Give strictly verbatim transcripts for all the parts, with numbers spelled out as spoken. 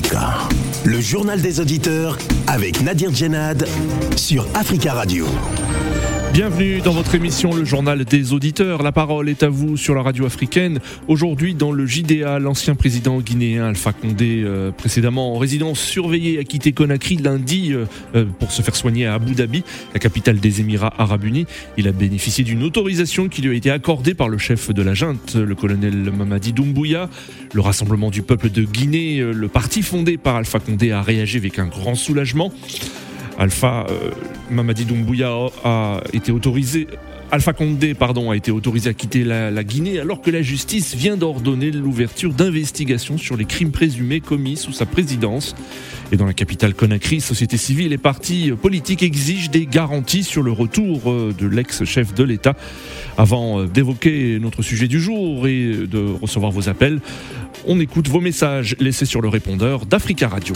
Africa, le journal des auditeurs avec Nadir Djenad sur Africa Radio. Bienvenue dans votre émission Le Journal des Auditeurs. La parole est à vous sur la radio africaine. Aujourd'hui, dans le J D A, l'ancien président guinéen Alpha Condé, euh, précédemment en résidence surveillée, a quitté Conakry lundi euh, pour se faire soigner à Abu Dhabi, la capitale des Émirats Arabes Unis. Il a bénéficié d'une autorisation qui lui a été accordée par le chef de la junte, le colonel Mamadi Doumbouya. Le Rassemblement du peuple de Guinée, le parti fondé par Alpha Condé, a réagi avec un grand soulagement. Alpha euh, Mamadi Doumbouya a été autorisé, Alpha Condé pardon, a été autorisé à quitter la, la Guinée alors que la justice vient d'ordonner l'ouverture d'investigations sur les crimes présumés commis sous sa présidence. Et dans la capitale Conakry, société civile et partis politiques exigent des garanties sur le retour de l'ex-chef de l'État. Avant d'évoquer notre sujet du jour et de recevoir vos appels, on écoute vos messages laissés sur le répondeur d'Africa Radio.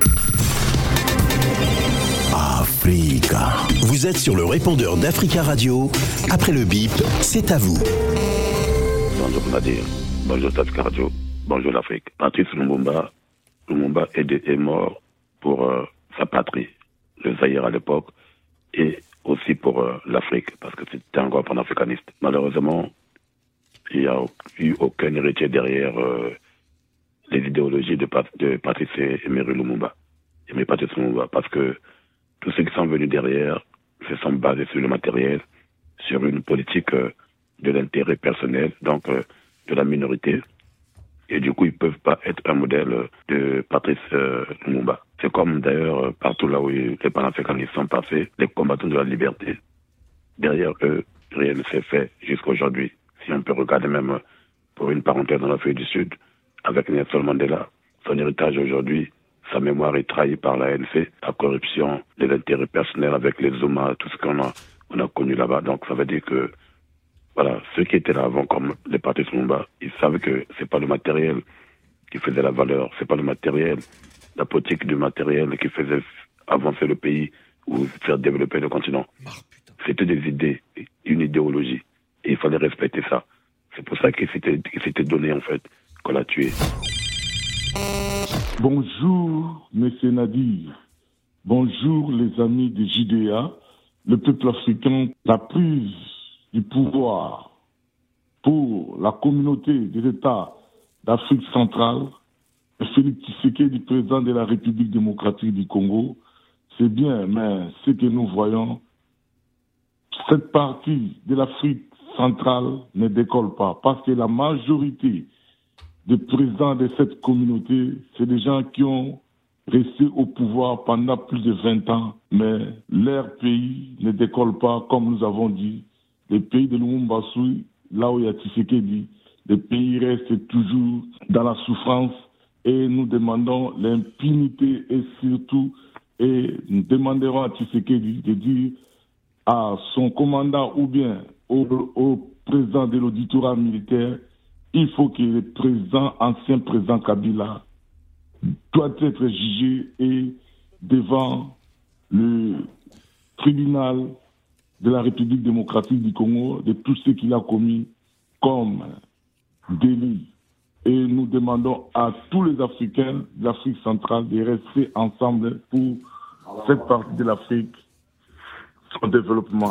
Africa. Vous êtes sur le répondeur d'Africa Radio. Après le bip, c'est à vous. Bonjour Nadir, bonjour Africa Radio, bonjour l'Afrique. Patrice Lumumba, Lumumba est, de, est mort pour euh, sa patrie, le Zaïre à l'époque, et aussi pour euh, l'Afrique, parce que c'était un grand panafricaniste. Malheureusement, il n'y a eu aucun héritier derrière euh, les idéologies de, de Patrice Emery Lumumba. Emery Patrice Lumumba, parce que tous ceux qui sont venus derrière se sont basés sur le matériel, sur une politique euh, de l'intérêt personnel, donc euh, de la minorité. Et du coup, ils ne peuvent pas être un modèle euh, de Patrice euh, Lumumba. C'est comme d'ailleurs euh, partout là où les panafricanistes sont passés, les combattants de la liberté. Derrière eux, rien ne s'est fait jusqu'à aujourd'hui. Si on peut regarder même euh, pour une parenthèse dans l'Afrique du Sud, avec Nelson Mandela, son héritage aujourd'hui, sa mémoire est trahie par l'A N C, la corruption, les intérêts personnels avec les Zuma, tout ce qu'on a, on a connu là-bas. Donc ça veut dire que, voilà, ceux qui étaient là avant, comme les Patrice Lumumba, ils savent que c'est pas le matériel qui faisait la valeur, c'est pas le matériel, la politique du matériel qui faisait avancer le pays ou faire développer le continent. C'était des idées, une idéologie. Et il fallait respecter ça. C'est pour ça qu'il s'était, qu'il s'était donné, en fait, qu'on l'a tué. Bonjour, Monsieur Nadir. Bonjour, les amis de J D A. Le peuple africain, la prise du pouvoir pour la communauté des États d'Afrique centrale, Félix Tshisekedi, président de la République démocratique du Congo, c'est bien, mais ce que nous voyons, cette partie de l'Afrique centrale ne décolle pas, parce que la majorité des présidents de cette communauté, c'est des gens qui ont resté au pouvoir pendant plus de vingt ans, mais leur pays ne décolle pas, comme nous avons dit. Les pays de Lumumbashi, là où il y a Tshisekedi, les pays restent toujours dans la souffrance et nous demandons l'impunité et surtout, et nous demanderons à Tshisekedi de dire à son commandant ou bien au, au président de l'auditorat militaire, il faut que le président, ancien président Kabila, doit être jugé et devant le tribunal de la République démocratique du Congo de tout ce qu'il a commis comme délit. Et nous demandons à tous les Africains de l'Afrique centrale de rester ensemble pour cette partie de l'Afrique, son développement.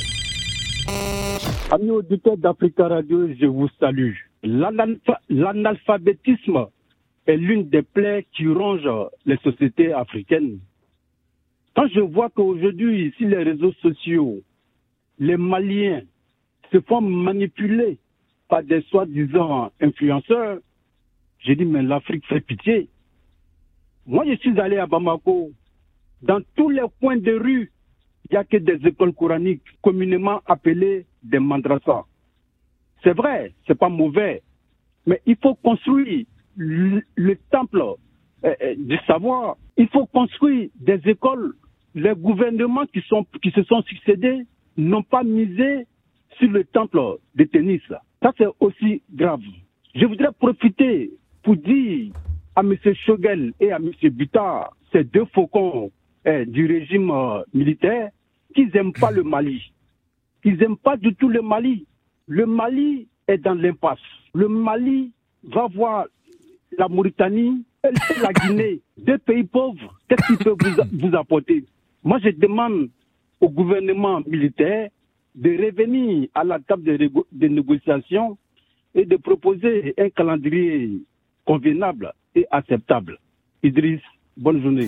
Amis auditeurs d'Africa Radio, je vous salue. L'analpha- L'analphabétisme est l'une des plaies qui rongent les sociétés africaines. Quand je vois qu'aujourd'hui, sur les réseaux sociaux, les Maliens se font manipuler par des soi-disant influenceurs, j'ai dit, mais l'Afrique fait pitié. Moi, je suis allé à Bamako. Dans tous les coins de rue, il n'y a que des écoles coraniques, communément appelées des madrasas. C'est vrai, c'est pas mauvais, mais il faut construire le, le temple euh, du savoir. Il faut construire des écoles. Les gouvernements qui, sont, qui se sont succédés n'ont pas misé sur le temple de tennis. Ça, c'est aussi grave. Je voudrais profiter pour dire à M. Choguel et à M. Bittard, ces deux faucons euh, du régime euh, militaire, qu'ils n'aiment pas le Mali. Ils n'aiment pas du tout le Mali. Le Mali est dans l'impasse. Le Mali va voir la Mauritanie et la Guinée, deux pays pauvres. Qu'est-ce qu'ils peuvent vous, vous apporter? Moi, je demande au gouvernement militaire de revenir à la table de, de négociation et de proposer un calendrier convenable et acceptable. Idriss, bonne journée.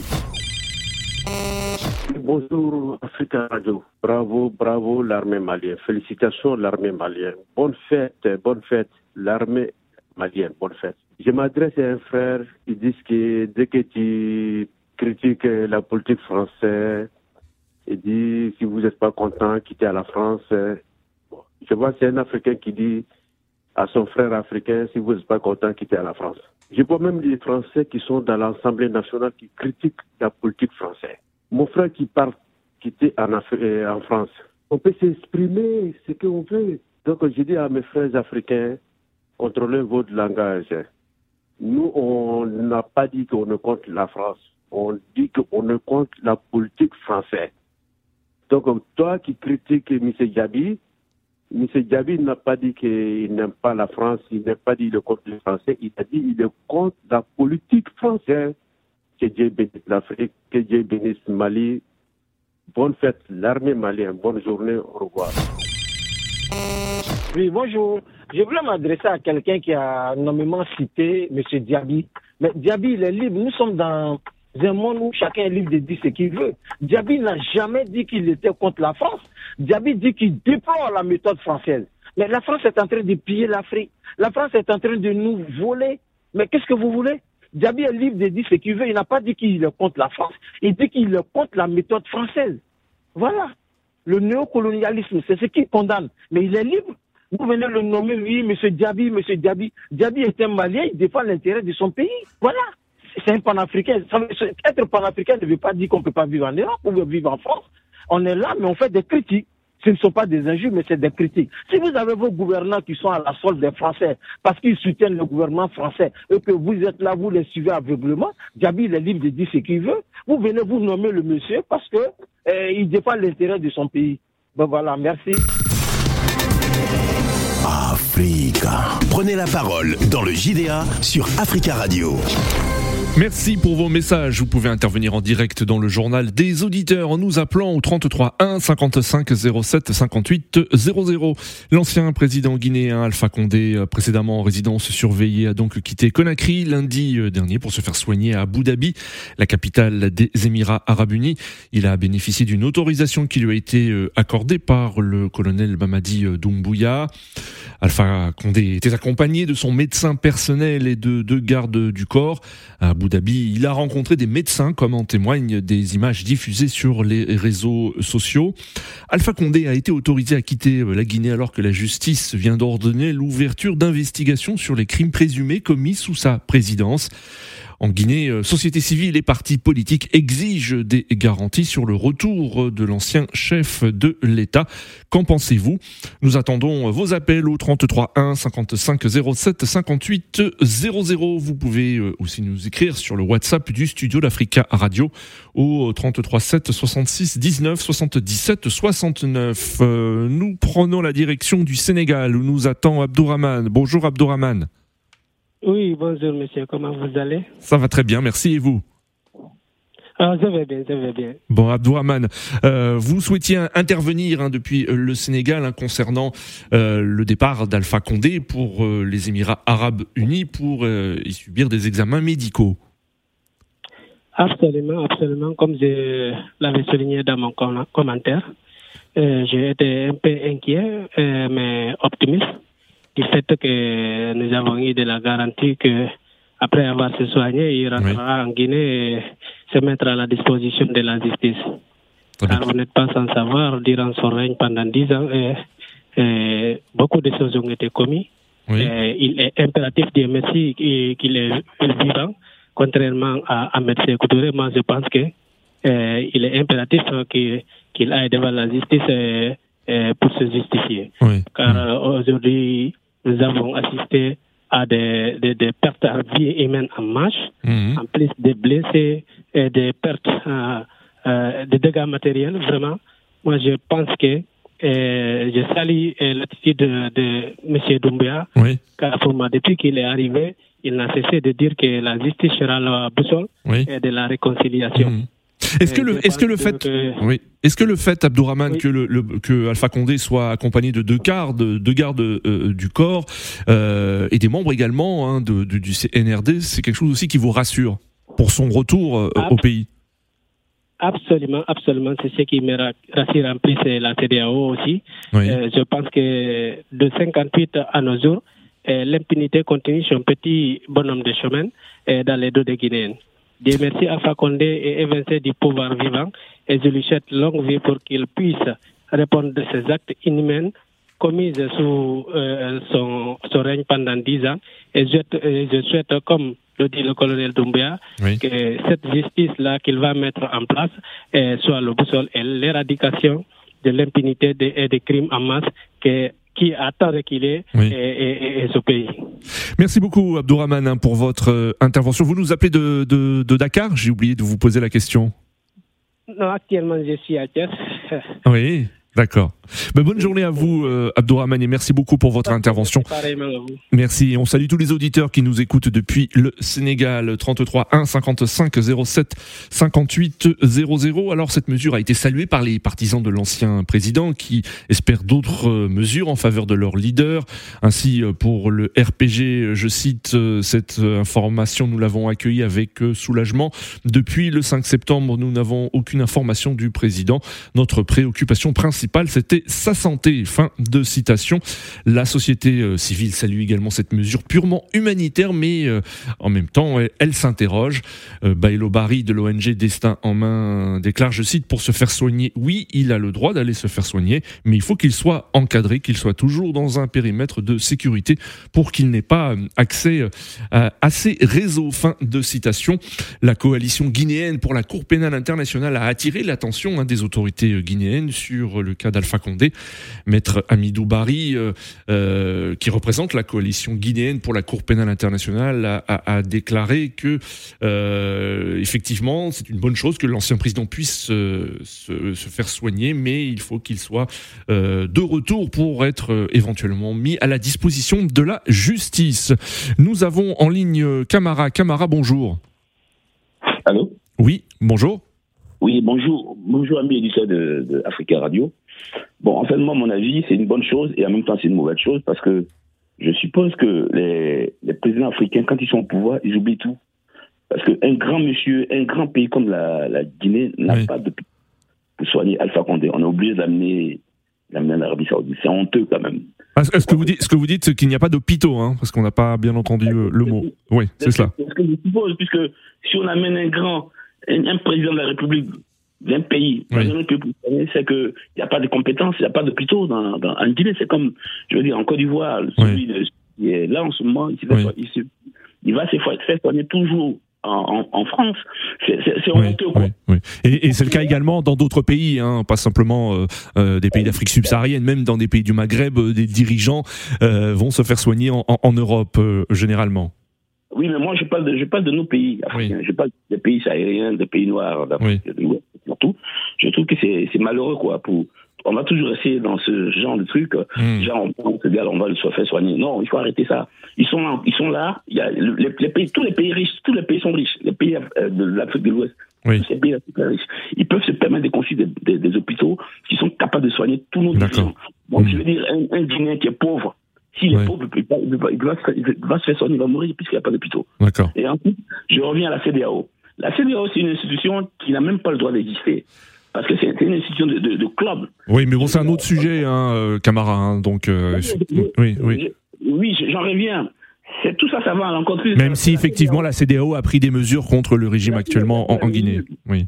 Bonjour Africa Radio. Bravo, bravo l'armée malienne. Félicitations l'armée malienne. Bonne fête, bonne fête l'armée malienne. Bonne fête. Je m'adresse à un frère qui dit que dès que tu critiques la politique française, il dit si vous n'êtes pas content, quittez à la France. Bon, je vois c'est un Africain qui dit à son frère africain si vous n'êtes pas content, quittez à la France. Je vois même des Français qui sont dans l'Assemblée nationale qui critiquent la politique française. Mon frère qui part quitter en, Afri- en France, on peut s'exprimer ce qu'on veut. Donc je dis à mes frères africains, contrôlez votre langage. Nous, on n'a pas dit qu'on ne compte la France. On dit qu'on ne compte la politique française. Donc toi qui critiques M. Diaby, M. Diaby n'a pas dit qu'il n'aime pas la France, il n'a pas dit qu'il compte les Français, il a dit qu'il compte la politique française. Que Dieu bénisse l'Afrique, que Dieu bénisse le Mali. Bonne fête, l'armée malienne. Bonne journée, au revoir. Oui, bonjour. Je voulais m'adresser à quelqu'un qui a nommément cité M. Diaby. Mais Diaby, il est libre. Nous sommes dans un monde où chacun est libre de dire ce qu'il veut. Diaby n'a jamais dit qu'il était contre la France. Diaby dit qu'il déplore la méthode française. Mais la France est en train de piller l'Afrique. La France est en train de nous voler. Mais qu'est-ce que vous voulez? Diaby est libre de dire ce qu'il veut. Il n'a pas dit qu'il est contre la France. Il dit qu'il est contre la méthode française. Voilà. Le néocolonialisme, c'est ce qu'il condamne. Mais il est libre. Vous venez le nommer, oui, M. Diaby, M. Diaby. Diaby est un Malien, il défend l'intérêt de son pays. Voilà. C'est un panafricain. Être panafricain ne veut pas dire qu'on ne peut pas vivre en Europe ou vivre en France. On est là, mais on fait des critiques. Ce ne sont pas des injures, mais c'est des critiques. Si vous avez vos gouvernants qui sont à la solde des Français parce qu'ils soutiennent le gouvernement français et que vous êtes là, vous les suivez aveuglement, Diaby il est libre de dire ce qu'il veut. Vous venez vous nommer le monsieur parce que euh, il défend l'intérêt de son pays. Ben voilà, merci. Africa. Prenez la parole dans le J D A sur Africa Radio. Merci pour vos messages. Vous pouvez intervenir en direct dans le journal des auditeurs en nous appelant au trente-trois un cinquante-cinq zéro sept cinquante-huit zéro zéro. L'ancien président guinéen Alpha Condé, précédemment en résidence surveillée, a donc quitté Conakry lundi dernier pour se faire soigner à Abu Dhabi, la capitale des Émirats Arabes Unis. Il a bénéficié d'une autorisation qui lui a été accordée par le colonel Mamadi Doumbouya. Alpha Condé était accompagné de son médecin personnel et de deux gardes du corps. À Abu Dhabi, il a rencontré des médecins, comme en témoignent des images diffusées sur les réseaux sociaux. Alpha Condé a été autorisé à quitter la Guinée alors que la justice vient d'ordonner l'ouverture d'investigations sur les crimes présumés commis sous sa présidence. En Guinée, société civile et partis politiques exigent des garanties sur le retour de l'ancien chef de l'État. Qu'en pensez-vous ? Nous attendons vos appels au trente-trois un cinquante-cinq zéro sept cinquante-huit zéro zéro. Vous pouvez aussi nous écrire sur le WhatsApp du studio d'Africa Radio au trente-trois sept soixante-six dix-neuf soixante-dix-sept soixante-neuf. Nous prenons la direction du Sénégal où nous attend Abdourahmane. Bonjour Abdourahmane. Oui, bonjour monsieur, comment vous allez ? Ça va très bien, merci, et vous ? Ah, je vais bien, je vais bien. Bon, Abdourahmane, euh, vous souhaitiez intervenir hein, depuis le Sénégal hein, concernant euh, le départ d'Alpha Condé pour euh, les Émirats Arabes Unis pour euh, y subir des examens médicaux. Absolument, absolument, comme je l'avais souligné dans mon com- commentaire. Euh, j'ai été un peu inquiet, euh, mais optimiste. Du fait que nous avons eu de la garantie que après avoir se soigné, il rentrera oui. en Guinée et se mettre à la disposition de la justice. Très Car bien. Vous n'êtes pas sans savoir, durant son règne pendant dix ans, et, et beaucoup de choses ont été commises. Oui. Et il est impératif de merci qu'il est vivant, contrairement à Ahmed Sékou Touré. Moi, je pense que euh, il est impératif qu'il, qu'il aille devant la justice et, et pour se justifier. Oui. Car oui. Euh, aujourd'hui, nous avons assisté à des, des, des pertes de vie humaine en marche, mmh. en plus des blessés et des pertes euh, euh, de dégâts matériels. Vraiment, moi je pense que euh, je salue euh, l'attitude de, de M. Doumbouya, oui. car pour moi, depuis qu'il est arrivé, il n'a cessé de dire que la justice sera la boussole oui. et de la réconciliation. Mmh. Est-ce que, le, est-ce que le fait, que... Oui. est-ce que le fait, Abdourahmane, oui. que, le, le, que Alpha Condé soit accompagné de deux gardes, deux gardes euh, du corps euh, et des membres également hein, de, de, du C N R D, c'est quelque chose aussi qui vous rassure pour son retour euh, Ab- au pays? Absolument, absolument. C'est ce qui me rassure en plus, c'est la C E D E A O aussi. Oui. Euh, je pense que de cinquante-huit à nos jours, euh, l'impunité continue son petit bonhomme de chemin euh, dans les dos des Guinéens. Dieu merci, Alpha Condé est évincé du pouvoir vivant et je lui souhaite longue vie pour qu'il puisse répondre de ses actes inhumains commis sous euh, son, son règne pendant dix ans. Et je, et je souhaite, comme le dit le colonel Doumbouya, oui. que cette justice-là qu'il va mettre en place euh, soit le boussole et l'éradication de l'impunité de, et des crimes en masse que qui a tant reculé oui. et, et, et ce pays. Merci beaucoup Abdourahmane pour votre euh, intervention. Vous nous appelez de, de, de Dakar, j'ai oublié de vous poser la question. Non, actuellement je suis à Thiès. Oui, d'accord. Ben, bonne journée à vous euh, Abdourahmane et merci beaucoup pour votre intervention. Pareillement à vous. Merci, on salue tous les auditeurs qui nous écoutent depuis le Sénégal. trente-trois un cinquante-cinq zéro sept cinquante-huit zéro zéro. Alors cette mesure a été saluée par les partisans de l'ancien président qui espèrent d'autres mesures en faveur de leur leader. Ainsi pour le R P G, je cite cette information, nous l'avons accueillie avec soulagement. Depuis le cinq septembre, nous n'avons aucune information du président. Notre préoccupation principale, c'était sa santé. Fin de citation. La société euh, civile salue également cette mesure purement humanitaire, mais euh, en même temps, elle, elle s'interroge. Euh, Bailo Bari de l'O N G Destin en main déclare, je cite, pour se faire soigner, oui, il a le droit d'aller se faire soigner, mais il faut qu'il soit encadré, qu'il soit toujours dans un périmètre de sécurité pour qu'il n'ait pas accès à, à ces réseaux. Fin de citation. La coalition guinéenne pour la Cour pénale internationale a attiré l'attention hein, des autorités guinéennes sur le cas d'Alpha Condé. Maître Hamidou Bari, euh, euh, qui représente la coalition guinéenne pour la Cour pénale internationale, a, a, a déclaré que euh, effectivement, c'est une bonne chose que l'ancien président puisse euh, se, se faire soigner, mais il faut qu'il soit euh, de retour pour être euh, éventuellement mis à la disposition de la justice. Nous avons en ligne Camara. Camara, bonjour. Allô ? Oui, bonjour. Oui, bonjour. Bonjour, amis éditeurs de, de Africa Radio. Bon, en fait, moi, mon avis, c'est une bonne chose et en même temps, c'est une mauvaise chose parce que je suppose que les, les présidents africains, quand ils sont au pouvoir, ils oublient tout. Parce qu'un grand monsieur, un grand pays comme la, la Guinée n'a oui. pas de pour soigner Alpha Condé. On est obligé d'amener, d'amener en Arabie Saoudite. C'est honteux quand même. Est-ce que vous dites, ce que vous dites, c'est qu'il n'y a pas d'hôpitaux, hein, parce qu'on n'a pas bien entendu le, le mot. Oui, c'est cela. C'est ce que je suppose, puisque si on amène un grand, un, un président de la République d'un pays, oui. c'est qu'il n'y a pas de compétences, il n'y a pas d'hôpitaux dans, dans, en Guinée. C'est comme, je veux dire, en Côte d'Ivoire, celui oui. de, qui est là en ce moment, il, oui. il, se, il va se faire soigner toujours en, en, en France. C'est, c'est, c'est oui, honteux, quoi. Oui, oui. Et, et c'est le cas également dans d'autres pays, hein, pas simplement euh, euh, des pays d'Afrique subsaharienne, même dans des pays du Maghreb, euh, des dirigeants euh, vont se faire soigner en, en, en Europe, euh, généralement. Oui, mais moi, je parle de, je parle de nos pays africains. Oui. Je parle des pays sahariens, des pays noirs d'Afrique, oui. surtout. Je trouve que c'est, c'est malheureux, quoi. Pour, on va toujours essayer dans ce genre de truc. Mm. Genre, on prend ce gars, on va le faire soigner. Non, il faut arrêter ça. Ils sont là. Ils sont là. Il y a les, les pays, tous les pays riches, tous les pays sont riches. Les pays de l'Afrique de l'Ouest, oui. tous ces pays super riches. Ils peuvent se permettre de construire des, des, des hôpitaux qui sont capables de soigner tous nos gens. Donc, mm. je veux dire, un, un Guinéen qui est pauvre, s'il est ouais. pauvre, il va, il, va, il, va, il va se faire soigner, il va mourir puisqu'il n'y a pas d'hôpitaux. D'accord. Et ensuite, je reviens à la C E D E A O. La C E D E A O, c'est une institution qui n'a même pas le droit d'exister. Parce que c'est, c'est une institution de, de, de club. Oui, mais bon, c'est un autre sujet, hein, euh, Camara. Hein, donc, euh, oui, oui. Oui, j'en reviens. C'est, tout ça, ça va encore plus. Même si, effectivement, la C E D E A O a pris des mesures contre le régime actuellement en, en Guinée. Oui.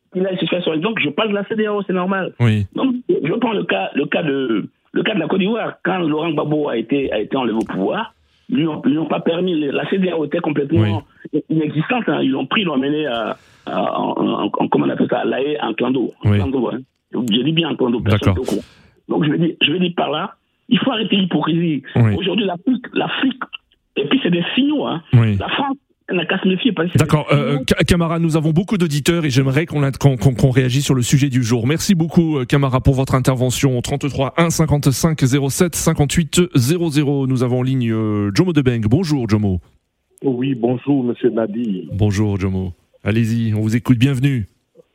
Donc, je parle de la C E D E A O, c'est normal. Oui. Donc, je prends le cas, le cas de... Le cas de la Côte d'Ivoire, quand Laurent Gbagbo a été, a été enlevé au pouvoir, ils ne lui ont pas permis, la C E D E A O était complètement oui. inexistante, hein. Ils l'ont pris, ils l'ont amené à, à, en, en, comment on appelle ça, à La Haye, en clando. Oui. Hein. Je dis bien en clando, personne. Donc je vais, dire, je vais dire par là, il faut arrêter l'hypocrisie. Oui. Aujourd'hui, l'Afrique, l'Afrique, et puis c'est des signaux, hein. Oui. La France, on n'a qu'à se méfier. Parce que D'accord, euh, Camara, nous avons beaucoup d'auditeurs et j'aimerais qu'on, qu'on, qu'on, qu'on réagisse sur le sujet du jour. Merci beaucoup, Camara, pour votre intervention. trente-trois un cinquante-cinq zéro sept cinquante-huit zéro zéro. Nous avons en ligne euh, Jomo Debeng. Bonjour, Jomo. Oui, bonjour, monsieur Nadi. Bonjour, Jomo. Allez-y, on vous écoute, bienvenue.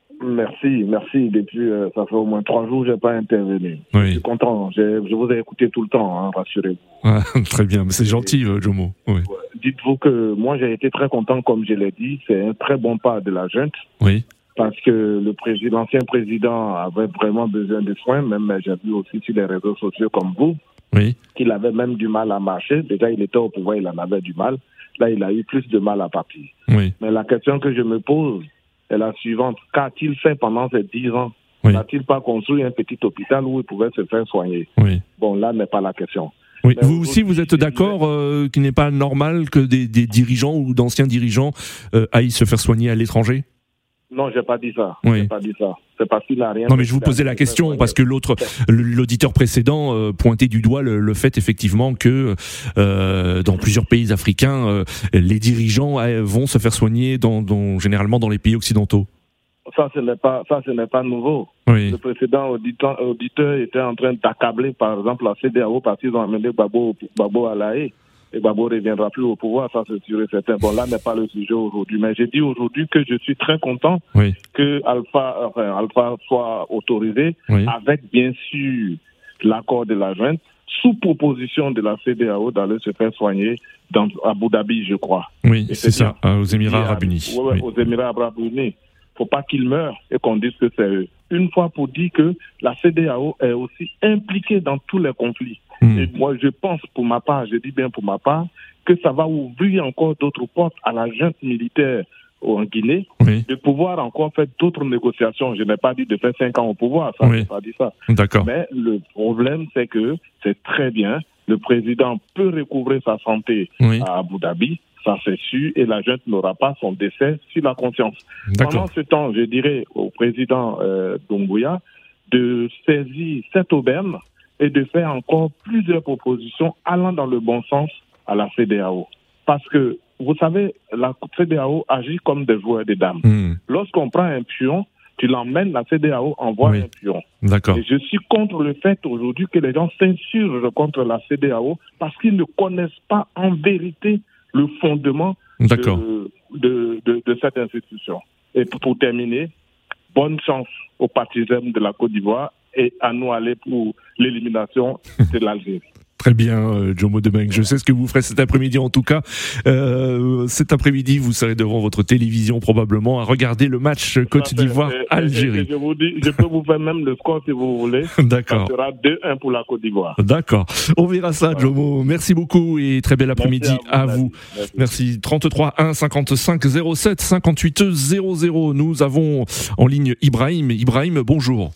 Merci, merci. Depuis, euh, ça fait au moins trois jours que je n'ai pas intervenu. Oui. Je suis content. Je, je vous ai écouté tout le temps, hein, rassurez-vous. Ah, très bien, mais c'est gentil, euh, Jomo. Oui. Dites-vous que moi, j'ai été très content, comme je l'ai dit. C'est un très bon pas de la junte. Oui. Parce que le président, l'ancien président avait vraiment besoin de soins. Même j'ai vu aussi sur les réseaux sociaux comme vous, oui, qu'il avait même du mal à marcher. Déjà, il était au pouvoir, il en avait du mal. Là, il a eu plus de mal à partir. Oui. Mais la question que je me pose est la suivante. Qu'a-t-il fait pendant ces dix ans? Oui. N'a-t-il pas construit un petit hôpital où il pouvait se faire soigner? Oui. Bon, là n'est pas la question. Oui. Vous aussi, vous êtes d'accord euh, qu'il n'est pas normal que des, des dirigeants ou d'anciens dirigeants euh, aillent se faire soigner à l'étranger? Non, j'ai pas dit ça. Oui. J'ai pas dit ça. C'est parce qu'il n'a rien. Non, mais je vous posais la question parce que l'autre, l'auditeur précédent euh, pointait du doigt le, le fait effectivement que euh, dans plusieurs pays africains, euh, les dirigeants euh, vont se faire soigner dans, dans, généralement dans les pays occidentaux. Ça, ce n'est pas, ça, ce n'est pas nouveau. Oui. Le précédent auditeur, auditeur était en train d'accabler, par exemple, la C D A O parce qu'ils ont amené Gbagbo, Gbagbo à La Haye. Et Gbagbo ne reviendra plus au pouvoir, ça c'est sûr et certain. Bon, là n'est pas le sujet aujourd'hui. Mais j'ai dit aujourd'hui que je suis très content oui. que Alpha, enfin, Alpha soit autorisé, oui. avec bien sûr l'accord de la junte, sous proposition de la C D A O d'aller se faire soigner dans Abu Dhabi, je crois. Oui, et c'est, c'est ça, bien. aux Émirats Arabes Unis. Ouais, oui. Aux Émirats Arabes Unis. Faut pas qu'ils meurent et qu'on dise que c'est eux. Une fois pour dire que la C D A O est aussi impliquée dans tous les conflits. Mmh. Et moi, je pense pour ma part, je dis bien pour ma part, que ça va ouvrir encore d'autres portes à la junte militaire en Guinée, oui. de pouvoir encore faire d'autres négociations. Je n'ai pas dit de faire cinq ans au pouvoir, ça, oui. je n'ai pas dit ça. D'accord. Mais le problème, c'est que c'est très bien. Le président peut recouvrer sa santé oui. à Abu Dhabi. Ça, c'est sûr, et la junte n'aura pas son décès sur la conscience. D'accord. Pendant ce temps, je dirais au président euh, Doumbouya de saisir cette aubaine et de faire encore plusieurs propositions allant dans le bon sens à la C D A O. Parce que, vous savez, la C D A O agit comme des joueurs de dames. Mmh. Lorsqu'on prend un pion, tu l'emmènes, la C D A O envoie oui. un pion. D'accord. Et je suis contre le fait aujourd'hui que les gens s'insurgent contre la C D A O parce qu'ils ne connaissent pas en vérité le fondement de, de, de, de cette institution. Et pour, pour terminer, bonne chance aux partisans de la Côte d'Ivoire et à nous aller pour l'élimination de l'Algérie. Très bien, euh, Jomo Debeng. Je sais ce que vous ferez cet après-midi en tout cas. Euh, cet après-midi, vous serez devant votre télévision probablement à regarder le match Côte d'Ivoire-Algérie. Je vous dis, je peux vous faire même le score si vous voulez. D'accord. Ça sera deux un pour la Côte d'Ivoire. D'accord. On verra ça, voilà. Jomo. Merci beaucoup et très bel après-midi à vous. À vous. Merci. Merci. trente-trois un cinquante-cinq zéro sept cinquante-huit zéro zéro. Nous avons en ligne Ibrahim. Ibrahim, bonjour.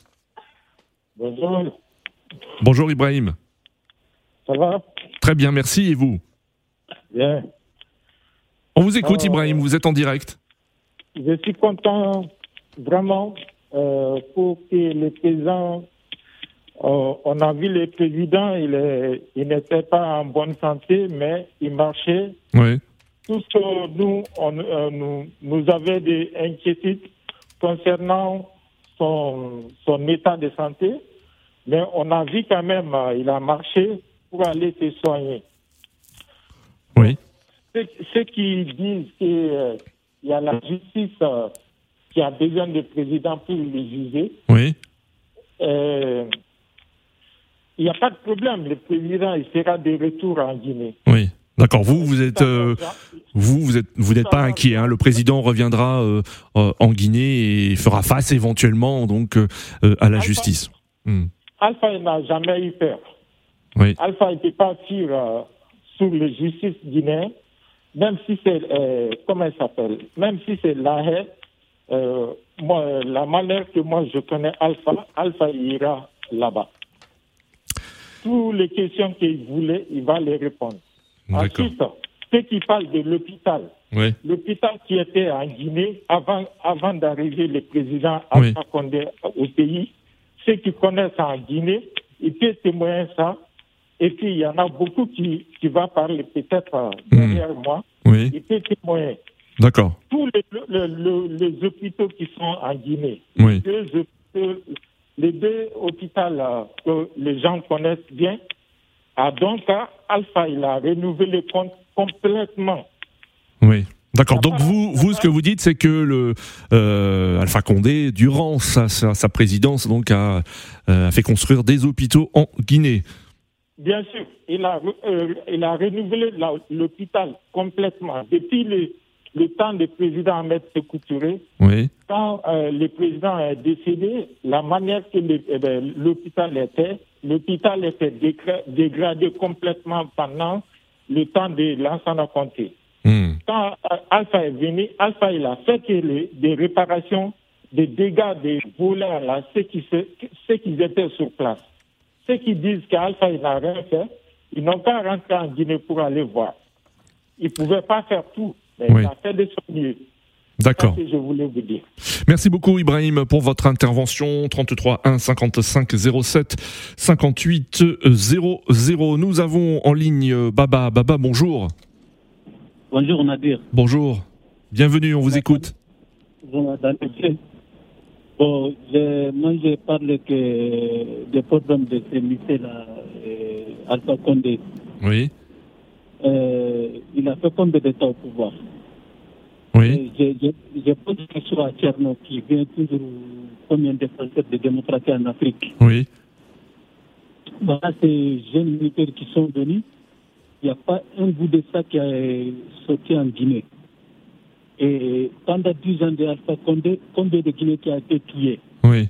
Bonjour. Bonjour Ibrahim. Ça va? Très bien, merci. Et vous? Bien. On vous écoute, euh, Ibrahim, vous êtes en direct. Je suis content, vraiment, euh, pour que le président... Euh, on a vu le président, il, est, il n'était pas en bonne santé, mais il marchait. Oui. Tous euh, nous, on, euh, nous, nous avions des inquiétudes concernant son, son état de santé, mais on a vu quand même, euh, il a marché pour aller se soigner. Oui. Ceux, ceux qui disent qu'il euh, y a la justice euh, qui a besoin de président pour le juger, oui. euh, il n'y a pas de problème. Le président il sera de retour en Guinée. Oui. D'accord. Vous, vous êtes, euh, vous, vous êtes, vous n'êtes pas inquiet. Hein. Le président reviendra euh, euh, en Guinée et fera face éventuellement donc euh, à la Alpha, justice. Hmm. Alpha n'a jamais eu peur. Oui. Alpha était pas sur euh, sur la justice guinéenne, même si c'est euh, comment elle s'appelle, même si c'est la haine. Euh, moi, la manière que moi je connais Alpha, Alpha ira là-bas. Toutes les questions qu'il voulait, il va les répondre. D'accord. Ensuite, ceux qui parlent de l'hôpital, oui. l'hôpital qui était en Guinée avant, avant d'arriver le président Alpha oui. Condé au pays, ceux qui connaissent en Guinée, ils peuvent témoigner ça. Et puis, il y en a beaucoup qui, qui vont parler peut-être derrière mmh. moi. Oui. Ils peuvent témoigner. D'accord. Tous les, les, les, les hôpitaux qui sont en Guinée, oui. les, deux, les deux hôpitaux que les gens connaissent bien, à Donka, Alpha, il a renouvelé complètement Oui. D'accord. Donc vous, vous, ce que vous dites, c'est que le euh, Alpha Condé, durant sa, sa, sa présidence, donc a, euh, a fait construire des hôpitaux en Guinée. Bien sûr, il a, euh, il a renouvelé la, l'hôpital complètement. Depuis le, le temps du président Ahmed Sékou Touré, oui. quand euh, le président est décédé, la manière que le, eh bien, l'hôpital était, l'hôpital était dégra- dégradé complètement pendant le temps de Lansana Conté. Mm. Quand euh, Alpha est venu, Alpha il a fait les, des réparations des dégâts des voleurs là, ceux qui, se, ceux qui étaient sur place. Ceux qui disent qu'Alpha il n'a rien fait, ils n'ont pas rentré en Guinée pour aller voir. Ils ne pouvaient pas faire tout, mais oui. Il a fait de son mieux. D'accord. C'est ce que je voulais vous dire. Merci beaucoup Ibrahim pour votre intervention. trente-trois un cinquante-cinq zéro sept cinquante-huit zéro zéro. Nous avons en ligne Baba. Baba, bonjour. Bonjour Nadir. Bonjour. Bienvenue, on vous écoute. Bon, je, moi je parle que des problèmes de ce lycée-là, euh, Alpha Condé. Oui. Euh, il a fait combien de temps au pouvoir? Oui. Je, je, je pose une question à Tcherno qui vient toujours comme un défenseur de démocratie en Afrique. Oui. Voilà, ces jeunes militaires qui sont venus, il n'y a pas un bout de ça qui a sorti en Guinée. Et pendant dix ans de Alpha Condé, combien de Guinéens qui a été tués? Oui.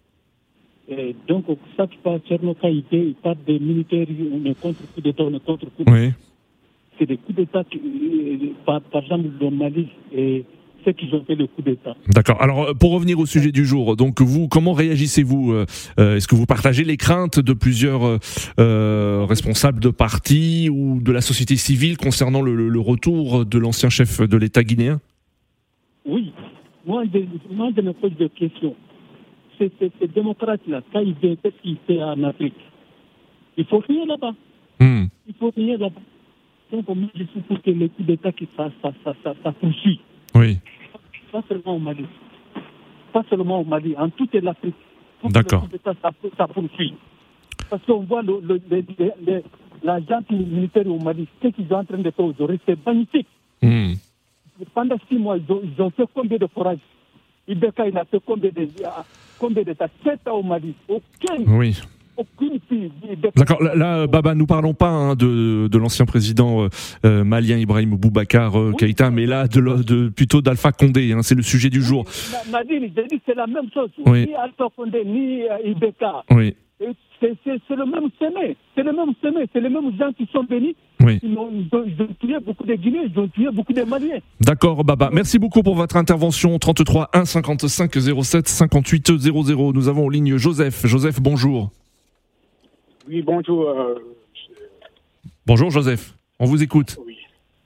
Et donc, ça qui parle Tcherno, quand il, il parle des militaires, on est contre coup d'État, on est contre coup d'État. Oui. C'est des coups d'État, qui, par, par exemple, au Mali, et ceux qui ont fait le coup d'État. D'accord. Alors, pour revenir au sujet du jour, donc vous, comment réagissez-vous euh, Est-ce que vous partagez les craintes de plusieurs euh, responsables de partis ou de la société civile concernant le, le retour de l'ancien chef de l'État guinéen? Oui. Moi, je, moi, je me pose des questions. Ces, ces, ces démocrates-là, quand ils viennent, qu'est-ce qu'ils font en Afrique? Il faut rien là-bas. Mm. Il faut rien là-bas. Donc, moi, je suis pour que les coups d'État qui ça, ça, ça, ça, ça poursuit. Oui. Pas seulement au Mali. Pas seulement au Mali, en toute l'Afrique. D'accord. Ça, ça, ça poursuit. Parce qu'on voit le, le, le, le, le, la gente militaire au Mali, ce qu'ils sont en train de faire aujourd'hui, c'est magnifique. Mm. Pendant six mois, ils ont, ils ont fait combien de forages? Ibeka, il a fait combien de combien d'États? Sept ans au Mali. Aucun. Oui. Aucune fille. D'accord, là, là, Baba, nous parlons pas hein, de, de l'ancien président euh, malien Ibrahim Boubacar euh, oui. Keïta, mais là, de, de, plutôt d'Alpha Condé, hein, c'est le sujet du jour. Nadine, j'ai dit c'est la même chose. Oui. Ni Alpha Condé, ni euh, Ibeka. Oui. C'est, c'est, c'est le même semé, c'est le même semé, c'est les mêmes gens qui sont venus. Oui. Ils ont, ils, ont, ils ont tué beaucoup de Guinéens, ils ont tué beaucoup de Maliens. D'accord, Baba. Merci beaucoup pour votre intervention. trente-trois un cinquante-cinq zéro sept cinquante-huit zéro zéro. Nous avons en ligne Joseph. Joseph, bonjour. Oui, bonjour. Euh... Bonjour, Joseph. On vous écoute. Oui.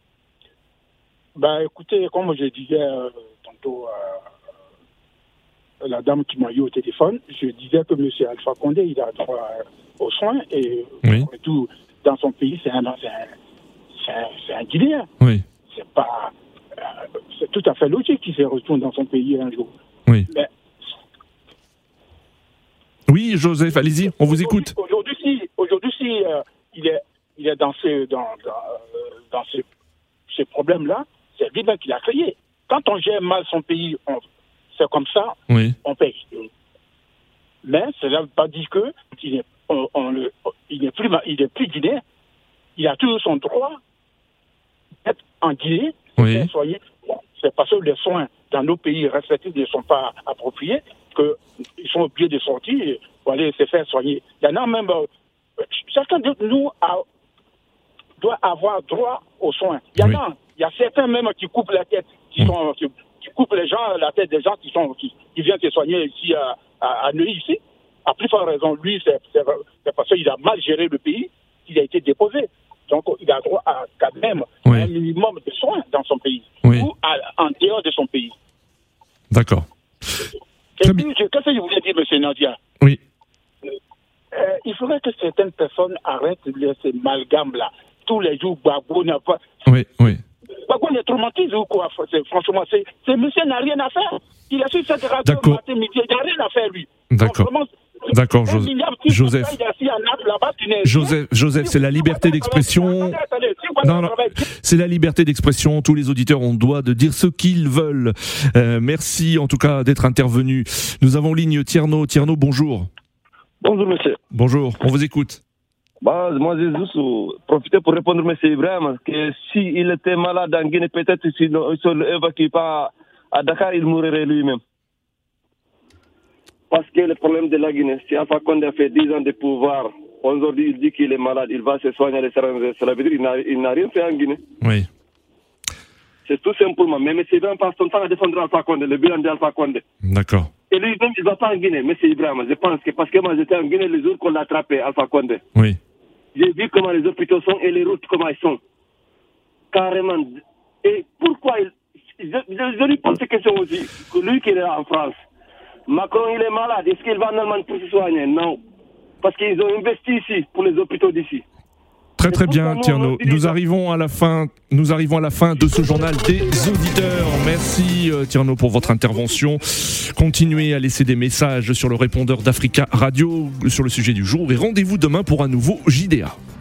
Ben, écoutez, comme je disais euh, tantôt à euh, la dame qui m'a eu au téléphone, je disais que M. Alpha Condé, il a droit aux soins et oui. tout dans son pays, c'est un, c'est un, c'est un, c'est un Guinéen. Oui. C'est pas, euh, c'est tout à fait logique qu'il se retourne dans son pays un jour. Oui. Mais, oui, Joseph, allez-y, on vous écoute. Aujourd'hui, si, aujourd'hui, si euh, il est, il est dans ce, dans, dans, dans ce, ce problème-là, c'est lui qui l'a créé. Quand on gère mal son pays, on, c'est comme ça, oui. on paye. Mais cela ne veut pas dire que il est, on, on le, il n'est plus, il est plus guinéen. Il a toujours son droit d'être en Guinée. Oui. Soigner. Bon, c'est parce que les soins dans nos pays respectifs ne sont pas appropriés qu'ils sont obligés de sortir pour aller se faire soigner. Il y en a même... Euh, chacun de nous a, doit avoir droit aux soins. Il y en oui. a, il y a certains même qui coupent la tête, qui, sont, qui, qui coupent les gens, la tête des gens qui, sont, qui, qui viennent se soigner ici à, à, à Neuilly, ici. À plus forte raison, lui, c'est, c'est, c'est parce qu'il a mal géré le pays qu'il a été déposé. Donc, il a droit à quand même oui. un minimum de soins dans son pays oui. ou à, en dehors de son pays. D'accord. Et puis, qu'est-ce que je voulais dire, M. Nadia? Oui. Euh, il faudrait que certaines personnes arrêtent ces amalgames-là. Tous les jours, Gbagbo n'a pas... Oui, oui. Gbagbo est traumatisé ou quoi? C'est, franchement, c'est, c'est monsieur n'a rien à faire. Il a su cette radio matin, midi, il n'a rien à faire, lui. D'accord. Donc, D'accord, Jo- Joseph. Là-bas, Joseph, Joseph, c'est la liberté d'expression. Attendez, attendez, s'il non, non. C'est la liberté d'expression. Tous les auditeurs ont le droit de dire ce qu'ils veulent. Euh, merci en tout cas d'être intervenu. Nous avons en ligne Tierno. Tierno, bonjour. Bonjour monsieur. Bonjour, on vous écoute. Bah, moi j'ai juste profité pour répondre à M. Ibrahim que s'il était malade en Guinée, peut-être s'il ne l'évacue pas à Dakar, il mourrait lui-même. Parce que le problème de la Guinée, si Alpha Condé a fait dix ans de pouvoir, aujourd'hui il dit qu'il est malade, il va se soigner à l'étranger, cela veut dire qu'il n'a, il n'a rien fait en Guinée. Oui. C'est tout simplement. Mais M. Ibrahim passe son temps à défendre Alpha Condé, le bilan d'Alpha Condé. D'accord. Et lui-même, il ne va pas en Guinée, M. Ibrahim. Je pense que parce que moi j'étais en Guinée le jour qu'on l'a attrapé, Alpha Condé. Oui. J'ai vu comment les hôpitaux sont et les routes comment elles sont. Carrément. Et pourquoi il... Je, je, je lui pose cette question aussi. Lui qui est en France, Macron il est malade. Est-ce qu'il va en Allemagne pour se soigner? Non. Parce qu'ils ont investi ici, pour les hôpitaux d'ici. Très très bien Tierno. Nous arrivons à la fin, nous arrivons à la fin de ce journal des auditeurs. Merci euh, Tierno pour votre intervention. Continuez à laisser des messages sur le répondeur d'Africa Radio sur le sujet du jour et rendez-vous demain pour un nouveau J D A.